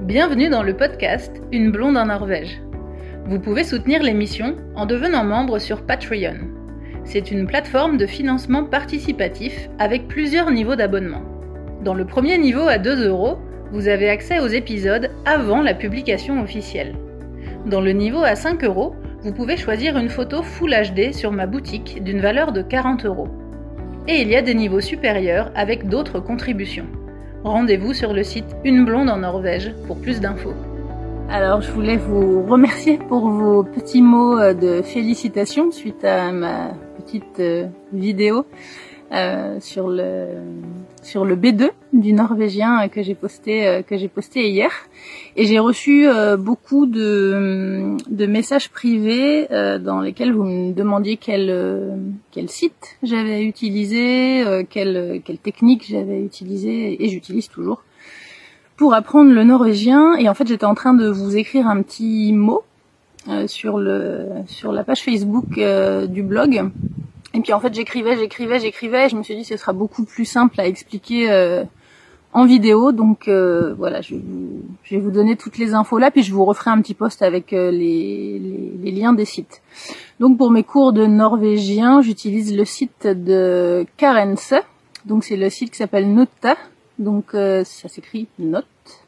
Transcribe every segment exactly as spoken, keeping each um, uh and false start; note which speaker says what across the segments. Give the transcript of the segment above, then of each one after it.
Speaker 1: Bienvenue dans le podcast Une blonde en Norvège. Vous pouvez soutenir l'émission en devenant membre sur Patreon. C'est une plateforme de financement participatif avec plusieurs niveaux d'abonnement. Dans le premier niveau à deux euros, vous avez accès aux épisodes avant la publication officielle. Dans le niveau à cinq euros, vous pouvez choisir une photo Full H D sur ma boutique d'une valeur de quarante euros. Et il y a des niveaux supérieurs avec d'autres contributions. Rendez-vous sur le site Une blonde en Norvège pour plus d'infos.
Speaker 2: Alors je voulais vous remercier pour vos petits mots de félicitations suite à ma petite vidéo euh, sur le sur le B deux du norvégien que j'ai posté que j'ai posté hier, et j'ai reçu euh, beaucoup de de messages privés euh, dans lesquels vous me demandiez quel euh, quel site j'avais utilisé, euh, quelle quelle technique j'avais utilisé et j'utilise toujours pour apprendre le norvégien. Et en fait, j'étais en train de vous écrire un petit mot euh, sur le sur la page Facebook euh, du blog. Et puis en fait, j'écrivais, j'écrivais, j'écrivais, et je me suis dit ce sera beaucoup plus simple à expliquer euh, en vidéo. Donc euh, voilà, je vais, vous, je vais vous donner toutes les infos là, puis je vous referai un petit post avec euh, les, les, les liens des sites. Donc pour mes cours de norvégien, j'utilise le site de Karense. Donc c'est le site qui s'appelle Nota. Donc euh, ça s'écrit note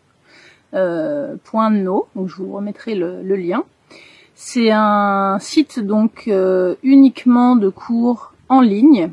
Speaker 2: euh, point no. Donc je vous remettrai le, le lien. C'est un site donc euh, uniquement de cours en ligne.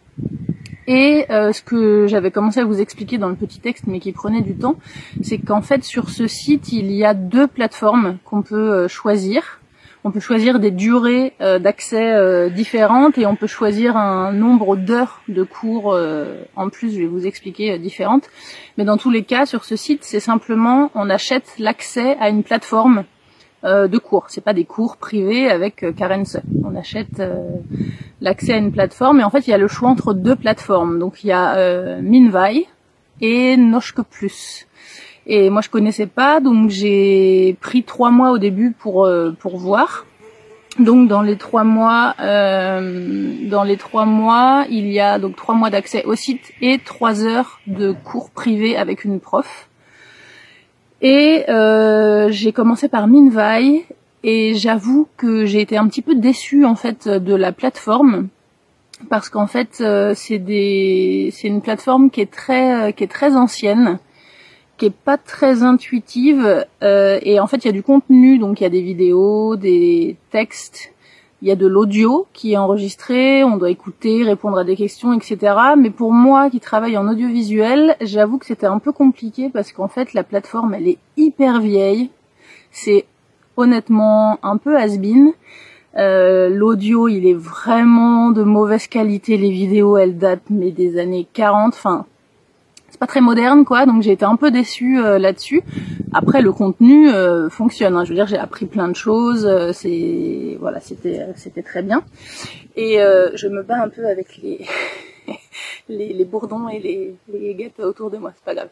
Speaker 2: Et euh, ce que j'avais commencé à vous expliquer dans le petit texte, mais qui prenait du temps, c'est qu'en fait sur ce site il y a deux plateformes qu'on peut euh, choisir. On peut choisir des durées euh, d'accès euh, différentes, et on peut choisir un nombre d'heures de cours euh, en plus, je vais vous expliquer, euh, différentes. Mais dans tous les cas, sur ce site, c'est simplement, on achète l'accès à une plateforme euh, de cours. C'est pas des cours privés avec euh, Karense. On achète euh, l'accès à une plateforme, et en fait, il y a le choix entre deux plateformes. Donc, il y a euh, Minvai et Norske Plus. Et moi je connaissais pas, donc j'ai pris trois mois au début pour euh, pour voir. Donc dans les trois mois, euh, dans les trois mois, il y a donc trois mois d'accès au site et trois heures de cours privés avec une prof. Et euh, j'ai commencé par Minvai, et j'avoue que j'ai été un petit peu déçue en fait de la plateforme, parce qu'en fait euh, c'est des c'est une plateforme qui est très qui est très ancienne, qui est pas très intuitive, euh, et en fait il y a du contenu, donc il y a des vidéos, des textes, il y a de l'audio qui est enregistré, on doit écouter, répondre à des questions, et cetera. Mais pour moi qui travaille en audiovisuel, j'avoue que c'était un peu compliqué, parce qu'en fait la plateforme elle est hyper vieille, c'est honnêtement un peu has-been. Euh, l'audio il est vraiment de mauvaise qualité, les vidéos elles datent mais des années quarante, enfin c'est pas très moderne quoi, donc j'ai été un peu déçue euh, là-dessus. Après le contenu euh, fonctionne, hein. Je veux dire, j'ai appris plein de choses, euh, c'est voilà, c'était c'était très bien. Et euh, je me bats un peu avec les les, les bourdons et les les guêpes autour de moi, c'est pas grave.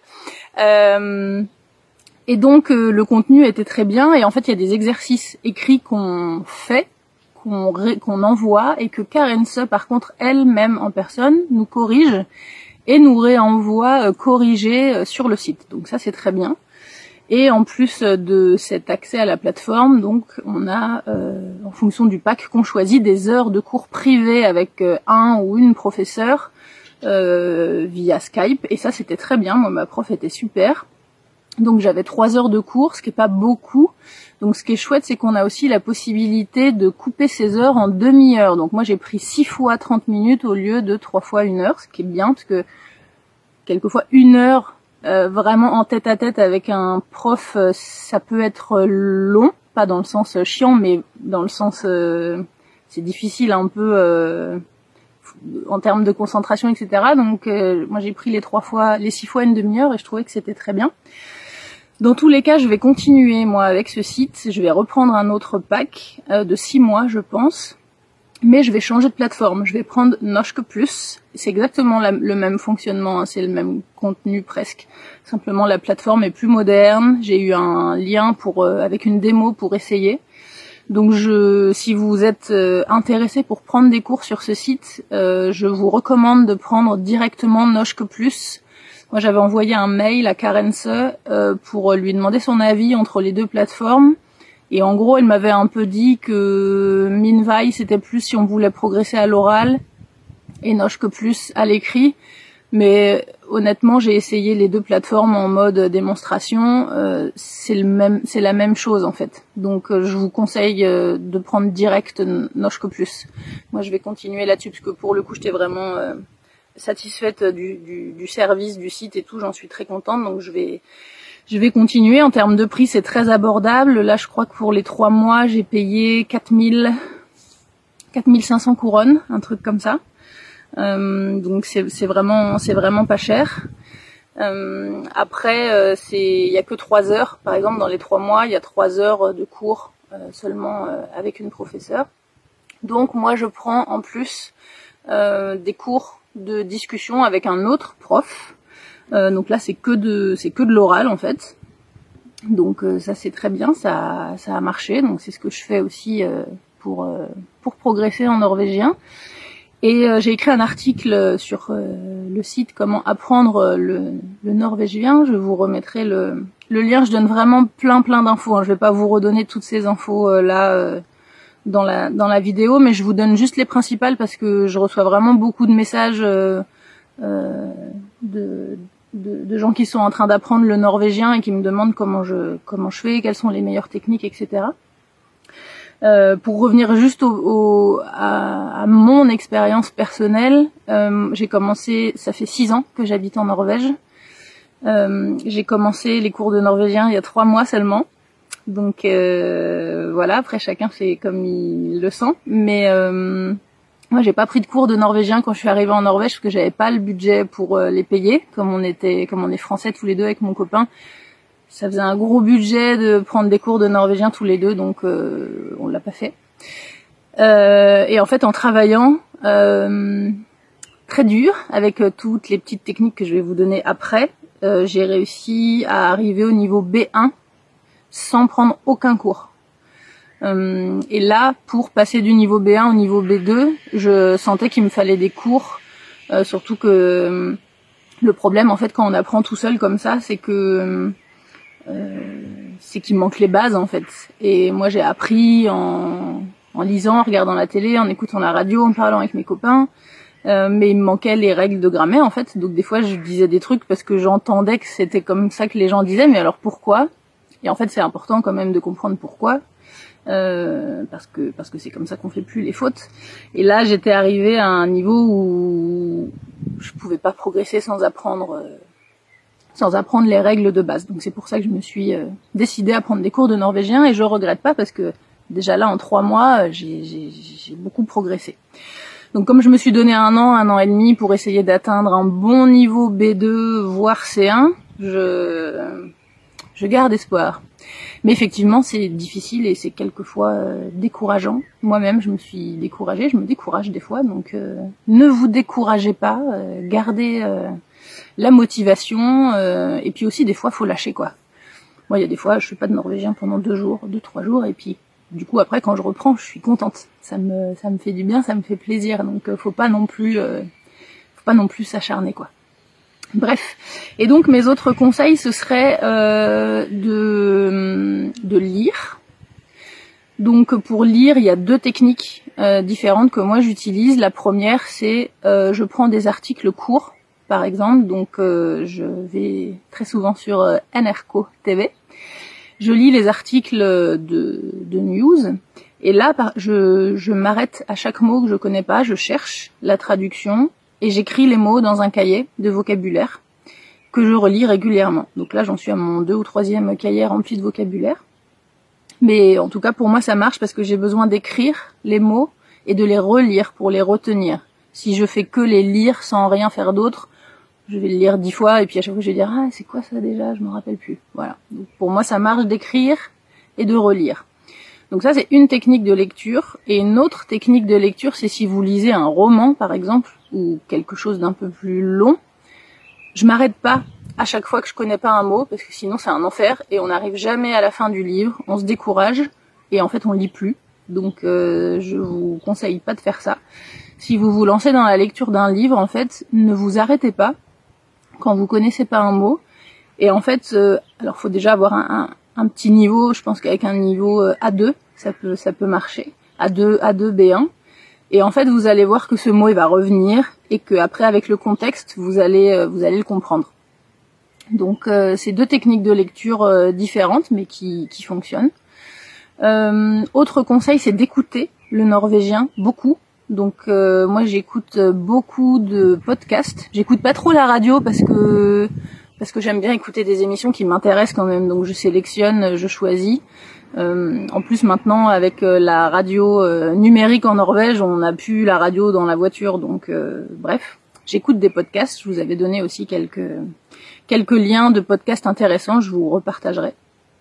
Speaker 2: Euh, et donc euh, le contenu était très bien, et en fait il y a des exercices écrits qu'on fait, qu'on ré, qu'on envoie, et que Karense par contre elle-même en personne nous corrige et nous réenvoie euh, corrigé euh, sur le site. Donc ça c'est très bien. Et en plus de cet accès à la plateforme, donc on a, euh, en fonction du pack qu'on choisit, des heures de cours privés avec euh, un ou une professeure euh, via Skype. Et ça c'était très bien. Moi ma prof était super. Donc j'avais trois heures de cours, ce qui est pas beaucoup. Donc ce qui est chouette, c'est qu'on a aussi la possibilité de couper ces heures en demi-heure. Donc moi j'ai pris six fois trente minutes au lieu de trois fois une heure, ce qui est bien, parce que quelquefois une heure euh, vraiment en tête à tête avec un prof, euh, ça peut être long, pas dans le sens chiant, mais dans le sens euh, c'est difficile un peu euh, en termes de concentration, et cetera. Donc euh, moi j'ai pris les trois fois, les six fois une demi-heure, et je trouvais que c'était très bien. Dans tous les cas, je vais continuer moi avec ce site. Je vais reprendre un autre pack euh, de six mois, je pense, mais je vais changer de plateforme. Je vais prendre Norske Plus. C'est exactement la, le même fonctionnement, hein, c'est le même contenu presque. Simplement, la plateforme est plus moderne. J'ai eu un lien pour euh, avec une démo pour essayer. Donc, je, si vous êtes euh, intéressé pour prendre des cours sur ce site, euh, je vous recommande de prendre directement Norske Plus. Moi, j'avais envoyé un mail à Karence euh, pour lui demander son avis entre les deux plateformes. Et en gros, elle m'avait un peu dit que Minvai, c'était plus si on voulait progresser à l'oral et Noshque plus à l'écrit. Mais honnêtement, j'ai essayé les deux plateformes en mode démonstration. Euh, c'est le même, c'est la même chose en fait. Donc, euh, je vous conseille euh, de prendre direct Noshque plus. Moi, je vais continuer là-dessus parce que pour le coup, j'étais vraiment euh, satisfaite du, du, du service, du site et tout. J'en suis très contente. Donc, je vais, je vais continuer. En termes de prix, c'est très abordable. Là, je crois que pour les trois mois, j'ai payé quatre mille, quatre mille cinq cents couronnes, un truc comme ça. Euh, donc c'est, c'est vraiment c'est vraiment pas cher. Euh, après euh, c'est il y a que trois heures par exemple dans les trois mois il y a trois heures de cours euh, seulement euh, avec une professeure. Donc moi je prends en plus euh, des cours de discussion avec un autre prof. Euh, donc là c'est que de c'est que de l'oral en fait. Donc euh, ça c'est très bien, ça ça a marché. Donc c'est ce que je fais aussi euh, pour euh, pour progresser en norvégien. Et euh, j'ai écrit un article sur euh, le site Comment apprendre le, le norvégien. Je vous remettrai le, le lien. Je donne vraiment plein plein d'infos. Hein. Je vais pas vous redonner toutes ces infos euh, là euh, dans la dans la vidéo, mais je vous donne juste les principales parce que je reçois vraiment beaucoup de messages euh, euh, de, de de gens qui sont en train d'apprendre le norvégien et qui me demandent comment je comment je fais, quelles sont les meilleures techniques, et cetera. Euh, pour revenir juste au, au, à, à mon expérience personnelle, euh, j'ai commencé, ça fait six ans que j'habite en Norvège. Euh, j'ai commencé les cours de norvégien il y a trois mois seulement. Donc euh, voilà, après chacun fait comme il le sent. Mais euh, moi, j'ai pas pris de cours de norvégien quand je suis arrivée en Norvège parce que j'avais pas le budget pour euh, les payer. Comme on était, comme on est français tous les deux avec mon copain. Ça faisait un gros budget de prendre des cours de norvégien tous les deux, donc euh, on l'a pas fait. Euh, et en fait, en travaillant euh, très dur, avec euh, toutes les petites techniques que je vais vous donner après, euh, j'ai réussi à arriver au niveau B un sans prendre aucun cours. Euh, et là, pour passer du niveau B un au niveau B deux, je sentais qu'il me fallait des cours, euh, surtout que euh, le problème, en fait, quand on apprend tout seul comme ça, c'est que Euh, c'est qu'il manque les bases en fait. Et moi j'ai appris en, en lisant, en regardant la télé, en écoutant la radio, en parlant avec mes copains, euh, mais il me manquait les règles de grammaire en fait. Donc des fois je disais des trucs parce que j'entendais que c'était comme ça que les gens disaient, mais alors pourquoi? Et en fait c'est important quand même de comprendre pourquoi, euh, parce que parce que c'est comme ça qu'on fait plus les fautes. Et là j'étais arrivée à un niveau où je pouvais pas progresser sans apprendre. Euh, sans apprendre les règles de base. Donc c'est pour ça que je me suis euh, décidée à prendre des cours de norvégien et je regrette pas parce que déjà là en trois mois j'ai, j'ai, j'ai beaucoup progressé. Donc comme je me suis donné un an, un an et demi pour essayer d'atteindre un bon niveau B deux voire C un, je je garde espoir. Mais effectivement c'est difficile et c'est quelquefois euh, décourageant. Moi-même je me suis découragée, je me décourage des fois. Donc euh, ne vous découragez pas, euh, gardez euh, la motivation, euh, et puis aussi des fois faut lâcher quoi. Moi il y a des fois je fais pas de norvégien pendant deux jours, deux trois jours et puis du coup après quand je reprends je suis contente. Ça me ça me fait du bien, ça me fait plaisir. Donc euh, faut pas non plus euh, faut pas non plus s'acharner quoi. Bref. Et donc mes autres conseils ce serait euh, de de lire. Donc pour lire il y a deux techniques euh, différentes que moi j'utilise. La première c'est euh, je prends des articles courts. Par exemple, donc euh, je vais très souvent sur euh, N R K T V. Je lis les articles de, de news et là par, je, je m'arrête à chaque mot que je connais pas, je cherche la traduction et j'écris les mots dans un cahier de vocabulaire que je relis régulièrement. Donc là j'en suis à mon deux ou troisième cahier rempli de vocabulaire. Mais en tout cas pour moi ça marche parce que j'ai besoin d'écrire les mots et de les relire pour les retenir. Si je fais que les lire sans rien faire d'autre, je vais le lire dix fois et puis à chaque fois je vais dire ah c'est quoi ça déjà, je me rappelle plus. Voilà. Donc pour moi ça marche d'écrire et de relire. Donc ça c'est une technique de lecture et une autre technique de lecture c'est si vous lisez un roman par exemple ou quelque chose d'un peu plus long. Je m'arrête pas à chaque fois que je connais pas un mot parce que sinon c'est un enfer et on n'arrive jamais à la fin du livre, on se décourage et en fait on lit plus. Donc euh, je vous conseille pas de faire ça. Si vous vous lancez dans la lecture d'un livre en fait, ne vous arrêtez pas. quand vous connaissez pas un mot. Et en fait, euh, alors faut déjà avoir un, un, un petit niveau. Je pense qu'avec un niveau A deux, ça peut ça peut marcher. A deux, A deux, B un. Et en fait, vous allez voir que ce mot il va revenir et que après, avec le contexte, vous allez euh, vous allez le comprendre. Donc, euh, c'est deux techniques de lecture euh, différentes, mais qui qui fonctionnent. Euh, autre conseil, c'est d'écouter le norvégien beaucoup. Donc euh, moi j'écoute beaucoup de podcasts. J'écoute pas trop la radio parce que parce que j'aime bien écouter des émissions qui m'intéressent quand même. Donc je sélectionne, je choisis. Euh, en plus maintenant avec la radio euh, numérique en Norvège, on n'a plus la radio dans la voiture. Donc euh, bref, j'écoute des podcasts. Je vous avais donné aussi quelques quelques liens de podcasts intéressants. Je vous repartagerai.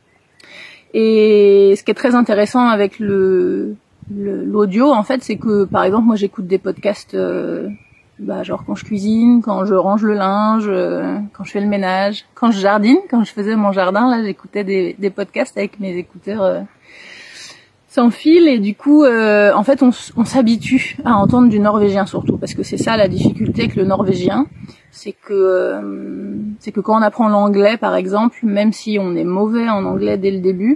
Speaker 2: Et ce qui est très intéressant avec le Le, l'audio, en fait, c'est que, par exemple, moi, j'écoute des podcasts, euh, bah, genre quand je cuisine, quand je range le linge, euh, quand je fais le ménage, quand je jardine, quand je faisais mon jardin, là, j'écoutais des, des podcasts avec mes écouteurs euh, sans fil, et du coup, euh, en fait, on, on s'habitue à entendre du norvégien surtout, parce que c'est ça la difficulté avec le norvégien, c'est que euh, c'est que quand on apprend l'anglais, par exemple, même si on est mauvais en anglais dès le début,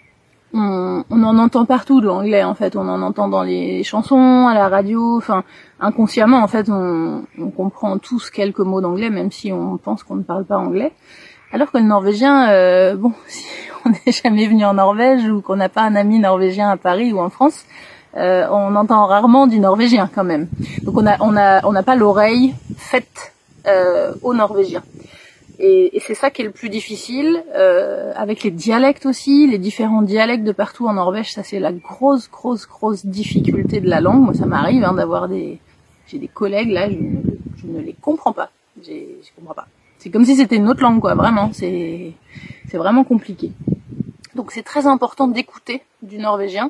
Speaker 2: On, on en entend partout de l'anglais, en fait. On en entend dans les chansons, à la radio. Enfin, inconsciemment, en fait, on, on comprend tous quelques mots d'anglais, même si on pense qu'on ne parle pas anglais. Alors que le norvégien, euh, bon, si on n'est jamais venu en Norvège ou qu'on n'a pas un ami norvégien à Paris ou en France, euh, on entend rarement du norvégien quand même. Donc on a, on a, on n'a pas l'oreille faite euh, au norvégien. Et, et c'est ça qui est le plus difficile, euh, avec les dialectes aussi, les différents dialectes de partout en Norvège, ça c'est la grosse, grosse, grosse difficulté de la langue. Moi ça m'arrive hein, d'avoir des... J'ai des collègues là, je ne, je ne les comprends pas. J'ai, je comprends pas. C'est comme si c'était une autre langue quoi, vraiment. C'est, c'est vraiment compliqué. Donc c'est très important d'écouter du norvégien.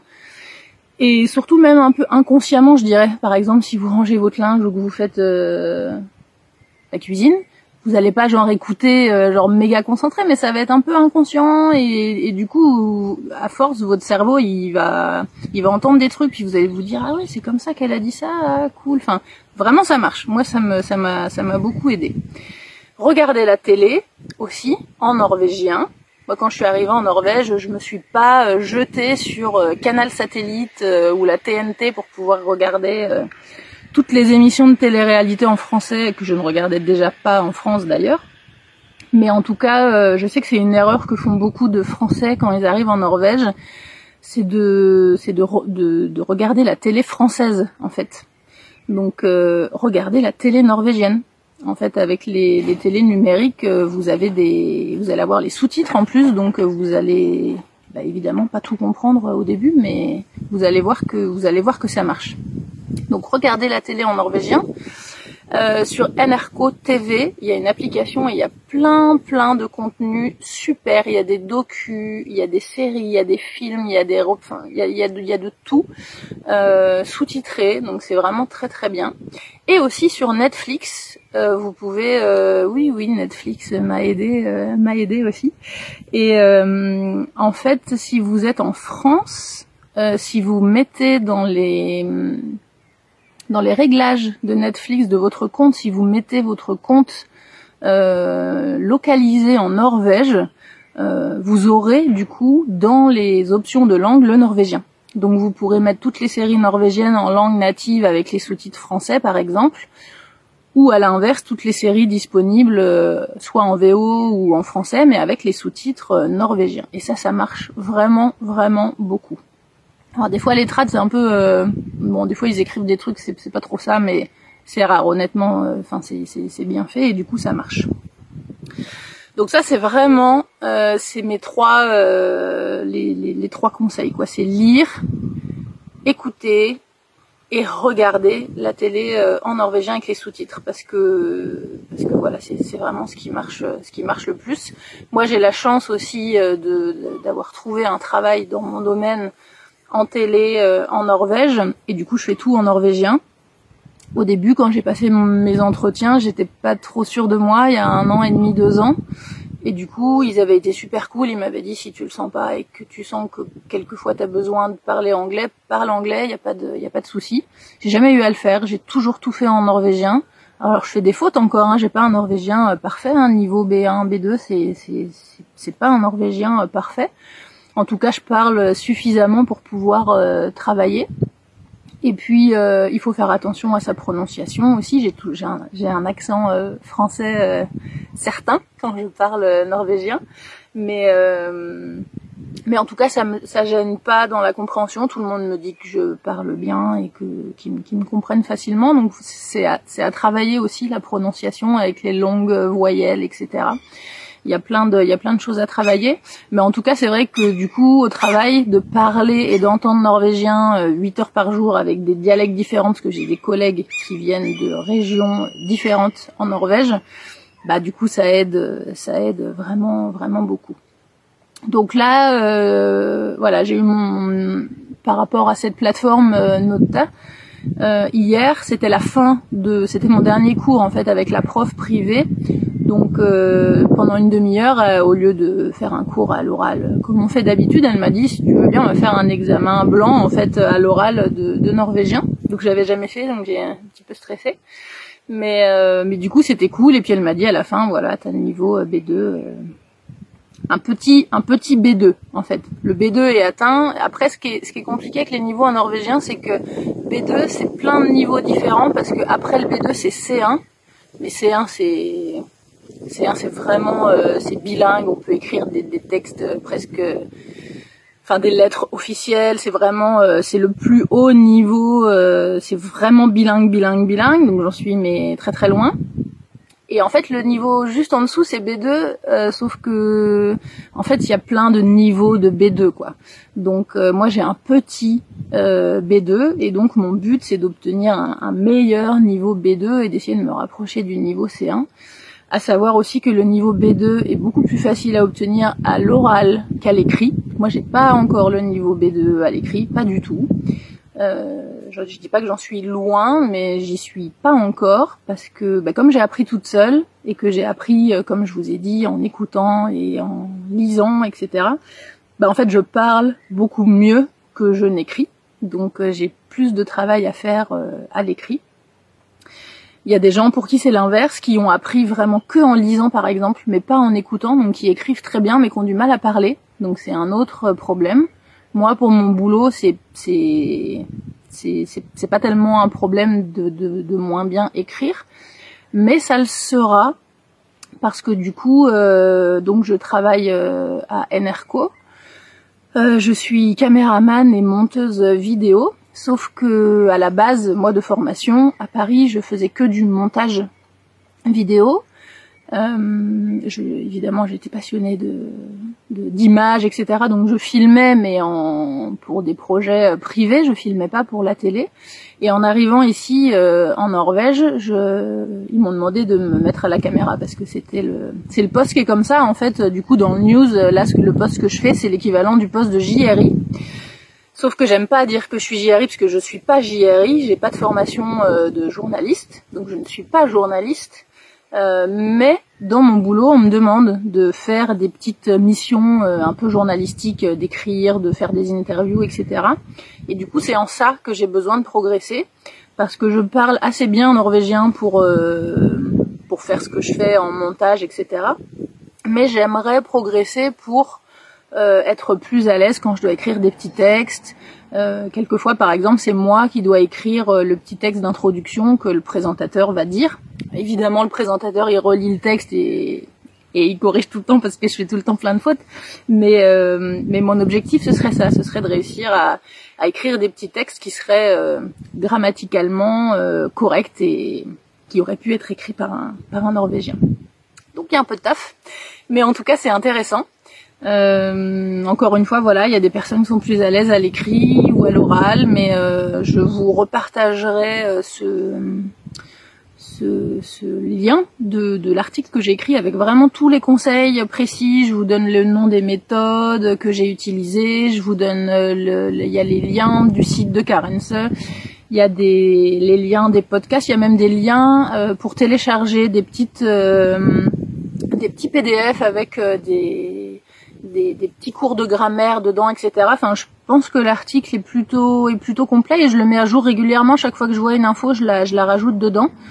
Speaker 2: Et surtout même un peu inconsciemment je dirais. Par exemple si vous rangez votre linge ou que vous faites euh, la cuisine, vous allez pas genre écouter euh, genre méga concentré, mais ça va être un peu inconscient et, et du coup à force votre cerveau il va il va entendre des trucs puis vous allez vous dire ah ouais c'est comme ça qu'elle a dit ça, ah, cool. Enfin vraiment ça marche. Moi ça me ça m'a ça m'a beaucoup aidé. Regardez la télé aussi en norvégien. Moi quand je suis arrivée en Norvège, je me suis pas euh, jetée sur euh, Canal Satellite euh, ou la T N T pour pouvoir regarder euh, toutes les émissions de télé-réalité en français que je ne regardais déjà pas en France d'ailleurs. Mais en tout cas, euh, je sais que c'est une erreur que font beaucoup de Français quand ils arrivent en Norvège, c'est de c'est de, de de regarder la télé française en fait. Donc euh, regardez la télé norvégienne. En fait, avec les les télés numériques, euh, vous avez des vous allez avoir les sous-titres en plus, donc euh, vous allez bah, évidemment pas tout comprendre au début, mais vous allez voir que vous allez voir que ça marche. Donc regardez la télé en norvégien. Euh, sur N R K T V, il y a une application et il y a plein plein de contenus super. Il y a des docus, il y a des séries, il y a des films, il y a des, enfin, il y a, il y a, de, il y a de tout euh, sous-titré. Donc c'est vraiment très très bien. Et aussi sur Netflix, euh, vous pouvez, euh, oui oui Netflix m'a aidé, euh, m'a aidé aussi. Et euh, en fait, si vous êtes en France, euh, si vous mettez dans les dans les réglages de Netflix de votre compte, si vous mettez votre compte euh, localisé en Norvège, euh, vous aurez du coup dans les options de langue le norvégien. Donc vous pourrez mettre toutes les séries norvégiennes en langue native avec les sous-titres français par exemple, ou à l'inverse toutes les séries disponibles euh, soit en V O ou en français mais avec les sous-titres euh, norvégiens. Et ça, ça marche vraiment, vraiment beaucoup. Alors des fois les trad c'est un peu euh, bon des fois ils écrivent des trucs c'est c'est pas trop ça mais c'est rare honnêtement enfin euh, c'est c'est c'est bien fait et du coup ça marche. Donc ça c'est vraiment euh, c'est mes trois euh, les, les les trois conseils quoi, c'est lire, écouter et regarder la télé euh, en norvégien avec les sous-titres parce que parce que voilà c'est c'est vraiment ce qui marche ce qui marche le plus. Moi j'ai la chance aussi euh, de, de d'avoir trouvé un travail dans mon domaine en télé euh, en Norvège et du coup je fais tout en norvégien. Au début quand j'ai passé mon, mes entretiens j'étais pas trop sûre de moi il y a un an et demi deux ans et du coup ils avaient été super cool, ils m'avaient dit si tu le sens pas et que tu sens que quelquefois t'as besoin de parler anglais, parle anglais, il y a pas de il y a pas de souci. J'ai jamais eu à le faire, j'ai toujours tout fait en norvégien. Alors je fais des fautes encore, hein, j'ai pas un norvégien euh, parfait, hein, niveau B un, B deux, c'est c'est c'est, c'est pas un norvégien euh, parfait. En tout cas, je parle suffisamment pour pouvoir euh, travailler. Et puis euh, il faut faire attention à sa prononciation aussi. J'ai tout, j'ai un, j'ai un accent euh, français euh, certain quand je parle euh, norvégien, mais euh, mais en tout cas ça me ça gêne pas dans la compréhension. Tout le monde me dit que je parle bien et que qu'ils, qu'ils me comprennent facilement. Donc c'est à, c'est à travailler aussi la prononciation avec les longues voyelles, et cetera. Il y a plein de, il y a plein de choses à travailler. Mais en tout cas, c'est vrai que du coup, au travail, de parler et d'entendre norvégien huit heures par jour avec des dialectes différents, parce que j'ai des collègues qui viennent de régions différentes en Norvège, bah du coup, ça aide, ça aide vraiment, vraiment beaucoup. Donc là, euh, voilà, j'ai eu mon, par rapport à cette plateforme euh, Nota, euh, hier, c'était la fin de, c'était mon dernier cours en fait avec la prof privée. Donc euh, pendant une demi-heure, euh, au lieu de faire un cours à l'oral comme on fait d'habitude, elle m'a dit si tu veux bien, on va faire un examen blanc en fait à l'oral de, de norvégien. Donc je l'avais jamais fait, donc j'ai un petit peu stressé. Mais euh, mais du coup c'était cool. Et puis elle m'a dit à la fin, voilà, t'as le niveau B deux, euh, un petit un petit B deux en fait. Le B deux est atteint. Après ce qui est ce qui est compliqué avec les niveaux en norvégien, c'est que B deux c'est plein de niveaux différents parce que après le B deux c'est C un. Mais C un c'est C'est, c'est vraiment, euh, c'est bilingue. On peut écrire des, des textes presque, enfin des lettres officielles. C'est vraiment, euh, c'est le plus haut niveau. Euh, c'est vraiment bilingue, bilingue, bilingue. Donc j'en suis mais très très loin. Et en fait, le niveau juste en dessous, c'est B deux, euh, sauf que, en fait, il y a plein de niveaux de B deux, quoi. Donc, euh, moi, j'ai un petit euh, B deux, et donc mon but, c'est d'obtenir un, un meilleur niveau B deux et d'essayer de me rapprocher du niveau C un. À savoir aussi que le niveau B deux est beaucoup plus facile à obtenir à l'oral qu'à l'écrit. Moi, j'ai pas encore le niveau B deux à l'écrit, pas du tout. Euh, je, je dis pas que j'en suis loin, mais j'y suis pas encore parce que, bah, comme j'ai appris toute seule et que j'ai appris, euh, comme je vous ai dit, en écoutant et en lisant, et cetera. Bah, en fait, je parle beaucoup mieux que je n'écris, donc euh, j'ai plus de travail à faire euh, à l'écrit. Il y a des gens pour qui c'est l'inverse, qui ont appris vraiment que en lisant par exemple, mais pas en écoutant, donc qui écrivent très bien mais qui ont du mal à parler. Donc c'est un autre problème. Moi, pour mon boulot, c'est c'est c'est c'est, c'est pas tellement un problème de, de de moins bien écrire, mais ça le sera parce que du coup, euh, donc je travaille euh, à N R C O. Euh, je suis caméraman et monteuse vidéo. Sauf que à la base, moi de formation, à Paris, je faisais que du montage vidéo. Euh, je, évidemment, j'étais passionnée de, de d'images, et cetera. Donc je filmais, mais en pour des projets privés, je filmais pas pour la télé. Et en arrivant ici euh, en Norvège, je, ils m'ont demandé de me mettre à la caméra parce que c'était le, c'est le poste qui est comme ça en fait. Du coup, dans le news, là, ce que le poste que je fais, c'est l'équivalent du poste de J R I. Sauf que j'aime pas dire que je suis J R I parce que je suis pas J R I, j'ai pas de formation euh, de journaliste, donc je ne suis pas journaliste. Euh, mais dans mon boulot, on me demande de faire des petites missions euh, un peu journalistiques, euh, d'écrire, de faire des interviews, et cetera. Et du coup, c'est en ça que j'ai besoin de progresser, parce que je parle assez bien norvégien pour euh, pour faire ce que je fais en montage, et cetera. Mais j'aimerais progresser pour euh, être plus à l'aise quand je dois écrire des petits textes. Euh, quelquefois, par exemple, c'est moi qui dois écrire euh, le petit texte d'introduction que le présentateur va dire. Évidemment, le présentateur, il relit le texte et, et il corrige tout le temps parce que je fais tout le temps plein de fautes. Mais, euh, mais mon objectif, ce serait ça. Ce serait de réussir à, à écrire des petits textes qui seraient euh, grammaticalement euh, corrects et qui auraient pu être écrits par un, par un Norvégien. Donc, il y a un peu de taf. Mais en tout cas, c'est intéressant. Euh, encore une fois, voilà, il y a des personnes qui sont plus à l'aise à l'écrit ou à l'oral, mais euh, je vous repartagerai euh, ce, ce, ce lien de, de l'article que j'ai écrit avec vraiment tous les conseils précis. Je vous donne le nom des méthodes que j'ai utilisées, je vous donne le, le, il y a les liens du site de Karense, il y a des les liens des podcasts, il y a même des liens euh, pour télécharger des petites euh, des petits P D F avec euh, des Des, des petits cours de grammaire dedans, et cetera. Enfin, je pense que l'article est plutôt est plutôt complet et je le mets à jour régulièrement. Chaque fois que je vois une info, je la je la rajoute dedans.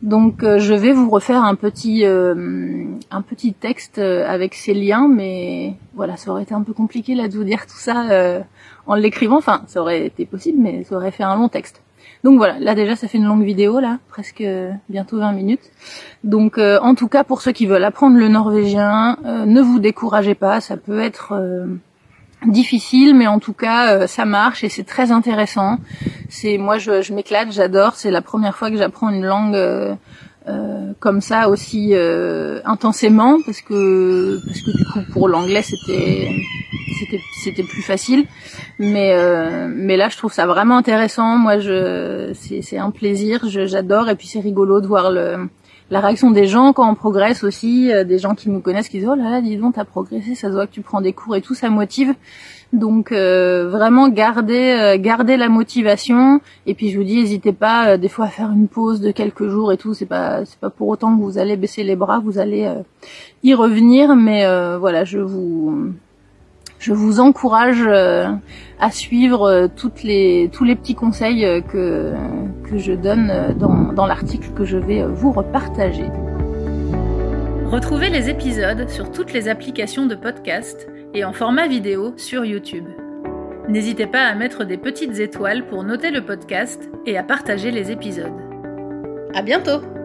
Speaker 2: Donc euh, je vais vous refaire un petit euh, un petit texte avec ces liens, mais voilà, ça aurait été un peu compliqué là de vous dire tout ça euh, en l'écrivant. Enfin, ça aurait été possible, mais ça aurait fait un long texte. Donc voilà, là déjà ça fait une longue vidéo là, presque euh, bientôt vingt minutes. Donc euh, en tout cas pour ceux qui veulent apprendre le norvégien, euh, ne vous découragez pas, ça peut être euh, difficile, mais en tout cas euh, ça marche et c'est très intéressant. C'est moi je, je m'éclate, j'adore. C'est la première fois que j'apprends une langue euh, euh, comme ça aussi euh, intensément, parce que parce que du coup pour l'anglais c'était c'était c'était plus facile. Mais euh, mais là je trouve ça vraiment intéressant. Moi je c'est c'est un plaisir, je, j'adore et puis c'est rigolo de voir le la réaction des gens quand on progresse aussi, euh, des gens qui nous connaissent qui disent oh là là dis donc t'as progressé, ça se voit que tu prends des cours et tout, ça motive. Donc euh, vraiment garder euh, garder la motivation et puis je vous dis n'hésitez pas euh, des fois à faire une pause de quelques jours et tout, c'est pas c'est pas pour autant que vous allez baisser les bras, vous allez euh, y revenir, mais euh, voilà, je vous Je vous encourage euh, à suivre euh, toutes les, tous les petits conseils euh, que, que je donne euh, dans, dans l'article que je vais euh, vous repartager.
Speaker 1: Retrouvez les épisodes sur toutes les applications de podcast et en format vidéo sur YouTube. N'hésitez pas à mettre des petites étoiles pour noter le podcast et à partager les épisodes. À bientôt!